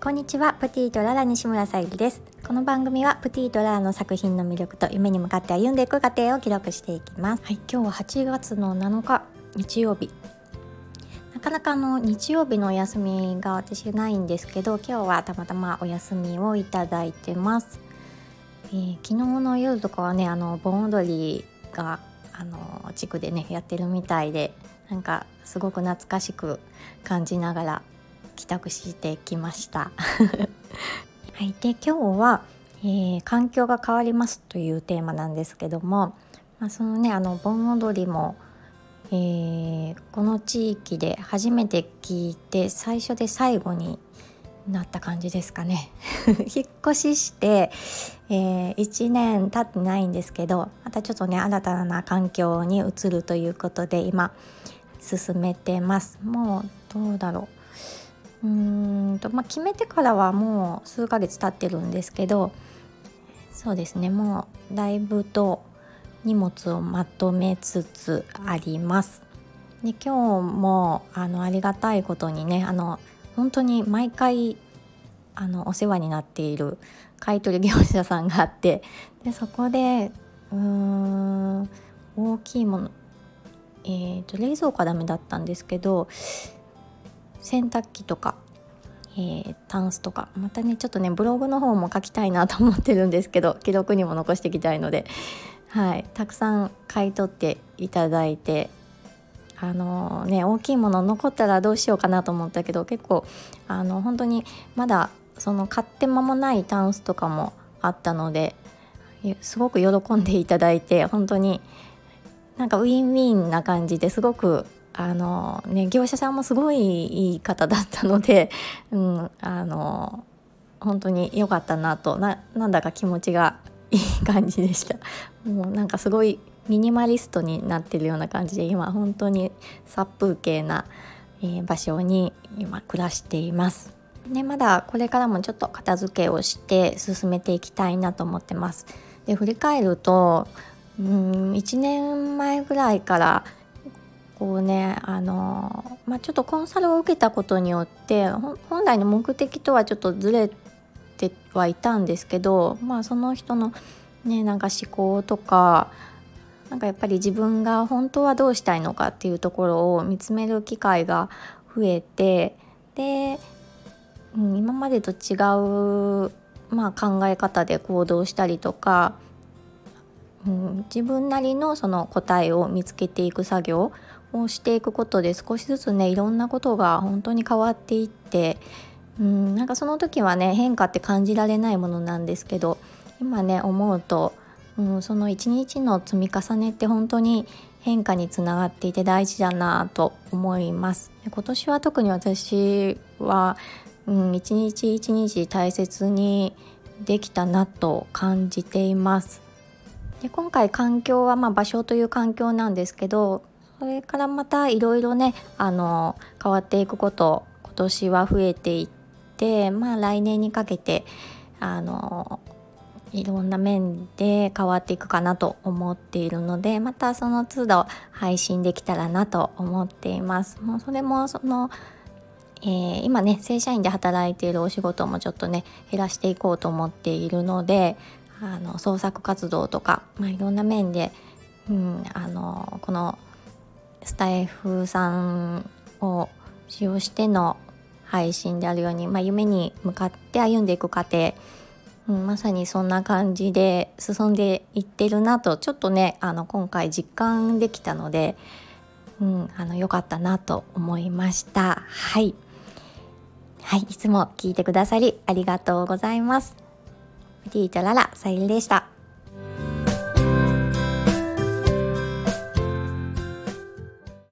こんにちは。プティとララ西村さゆりです。この番組はプティとララの作品の魅力と夢に向かって歩んでいく過程を記録していきます。はい、今日は8月の7日日曜日。なかなか日曜日のお休みが私ないんですけど、今日はたまたまお休みをいただいてます。昨日の夜とかはね、盆踊りが地区でねやってるみたいで、なんかすごく懐かしく感じながら帰宅してきましたはい、で今日は、環境が変わりますというテーマなんですけども、そのね盆踊りも、この地域で初めて聞いて最初で最後になった感じですかね引っ越しして、1年経ってないんですけど、またちょっとね新たな環境に移るということで今進めてます。もうどうだろう、決めてからはもう数ヶ月経ってるんですけど、そうですね、もうだいぶと荷物をまとめつつあります。で今日もありがたいことにね本当に毎回お世話になっている買取業者さんがあって、でそこで大きいもの、冷蔵庫はダメだったんですけど、洗濯機とか、タンスとか、またねちょっとねブログの方も書きたいなと思ってるんですけど、記録にも残していきたいので、はい、たくさん買い取っていただいて、大きいもの残ったらどうしようかなと思ったけど、結構本当にまだその買って間もないタンスとかもあったので、すごく喜んでいただいて、本当になんかウィンウィンな感じですごく業者さんもすごいいい方だったので、本当に良かったなと、なんだか気持ちがいい感じでした。もうなんかすごいミニマリストになってるような感じで、今本当に殺風景な、場所に今暮らしています。でまだこれからもちょっと片付けをして進めていきたいなと思ってます。で振り返ると1年前ぐらいからこうねちょっとコンサルを受けたことによって本来の目的とはちょっとずれてはいたんですけど、その人のねなんか思考とか、なんかやっぱり自分が本当はどうしたいのかっていうところを見つめる機会が増えて、で、今までと違う、考え方で行動したりとか、自分なりのその答えを見つけていく作業をしていくことで、少しずつねいろんなことが本当に変わっていって、なんかその時はね変化って感じられないものなんですけど、今ね思うと、その一日の積み重ねって本当に変化につながっていて大事だなと思います。で今年は特に私は、一日一日大切にできたなと感じています。で今回環境は場所という環境なんですけど、それからまたいろいろね変わっていくこと今年は増えていって、来年にかけていろんな面で変わっていくかなと思っているので、またその都度配信できたらなと思っています。もうそれも今ね正社員で働いているお仕事もちょっとね減らしていこうと思っているので、創作活動とか、いろんな面で、このスタイフさんを使用しての配信であるように、夢に向かって歩んでいく過程、まさにそんな感じで進んでいってるなとちょっとね今回実感できたので、良かったなと思いました。はい、いつも聞いてくださりありがとうございます。プティとララさゆりでした。